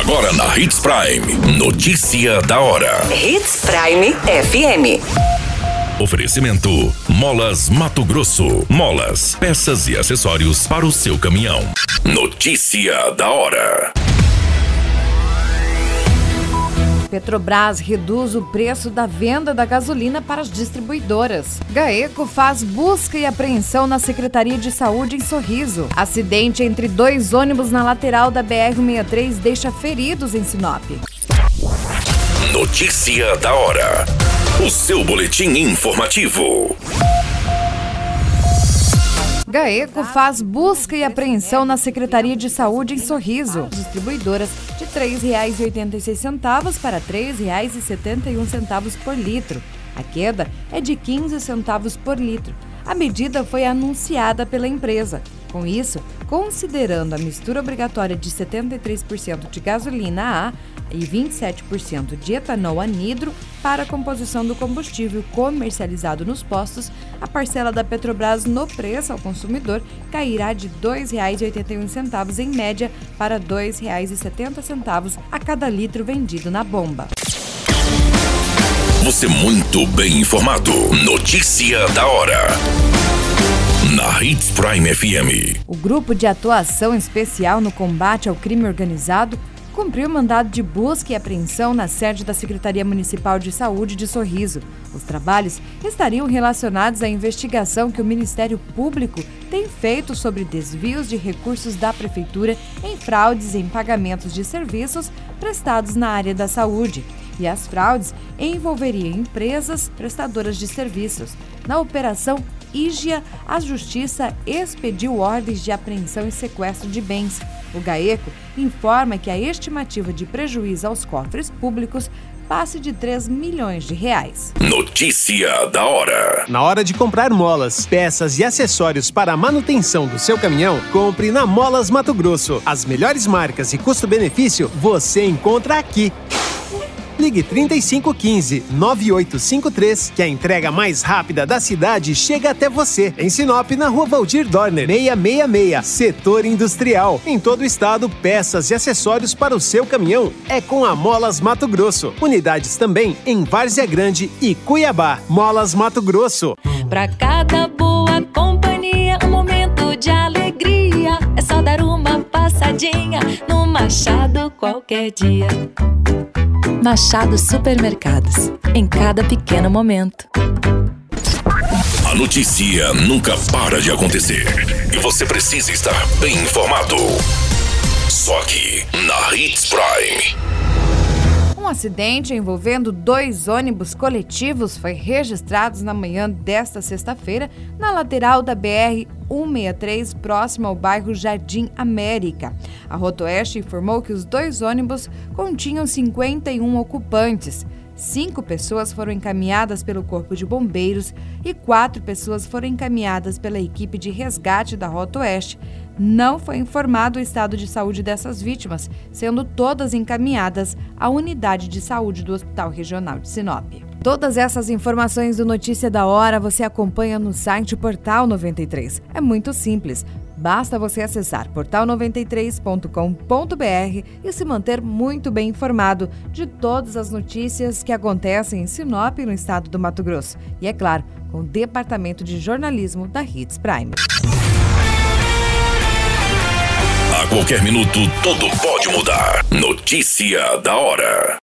Agora na Hits Prime. Notícia da hora. Hits Prime FM. Oferecimento: Molas Mato Grosso. Molas, peças e acessórios para o seu caminhão. Notícia da hora. Petrobras reduz o preço da venda da gasolina para as distribuidoras. GAECO faz busca e apreensão na Secretaria de Saúde em Sorriso. Acidente entre dois ônibus na lateral da BR-163 deixa feridos em Sinop. Notícia da hora. O seu boletim informativo. GAECO faz busca e apreensão na Secretaria de Saúde em Sorriso. Distribuidoras de R$ 3,86 para R$ 3,71 por litro. A queda é de 15 centavos por litro. A medida foi anunciada pela empresa. Com isso, considerando a mistura obrigatória de 73% de gasolina A e 27% de etanol anidro para a composição do combustível comercializado nos postos, a parcela da Petrobras no preço ao consumidor cairá de R$ 2,81 em média para R$ 2,70 a cada litro vendido na bomba. Você muito bem informado. Notícia da hora. Na Hits Prime FM. O Grupo de Atuação Especial no Combate ao Crime Organizado cumpriu mandado de busca e apreensão na sede da Secretaria Municipal de Saúde de Sorriso. Os trabalhos estariam relacionados à investigação que o Ministério Público tem feito sobre desvios de recursos da Prefeitura em fraudes em pagamentos de serviços prestados na área da saúde. E as fraudes envolveriam empresas prestadoras de serviços. Na operação Ígia, a Justiça expediu ordens de apreensão e sequestro de bens. O GAECO informa que a estimativa de prejuízo aos cofres públicos passe de R$ 3 milhões. Notícia da hora. Na hora de comprar molas, peças e acessórios para a manutenção do seu caminhão, compre na Molas Mato Grosso. As melhores marcas e custo-benefício você encontra aqui. Ligue 3515-9853, que a entrega mais rápida da cidade chega até você. Em Sinop, na Rua Valdir Dorner, 666, Setor Industrial. Em todo o estado, peças e acessórios para o seu caminhão é com a Molas Mato Grosso. Unidades também em Várzea Grande e Cuiabá. Molas Mato Grosso. Pra cada boa companhia, um momento de alegria. É só dar uma passadinha no Machado qualquer dia. Machado Supermercados, em cada pequeno momento. A notícia nunca para de acontecer e você precisa estar bem informado. Só aqui na Hits Prime. Um acidente envolvendo dois ônibus coletivos foi registrado na manhã desta sexta-feira na lateral da BR-163, próximo ao bairro Jardim América. A Rotoeste informou que os dois ônibus continham 51 ocupantes. 5 pessoas foram encaminhadas pelo Corpo de Bombeiros e 4 pessoas foram encaminhadas pela equipe de resgate da Rotoeste. Não foi informado o estado de saúde dessas vítimas, sendo todas encaminhadas à unidade de saúde do Hospital Regional de Sinop. Todas essas informações do Notícia da Hora você acompanha no site Portal 93. É muito simples. Basta você acessar portal93.com.br e se manter muito bem informado de todas as notícias que acontecem em Sinop, no estado do Mato Grosso. E, é claro, com o Departamento de Jornalismo da Hits Prime. A qualquer minuto, tudo pode mudar. Notícia da hora.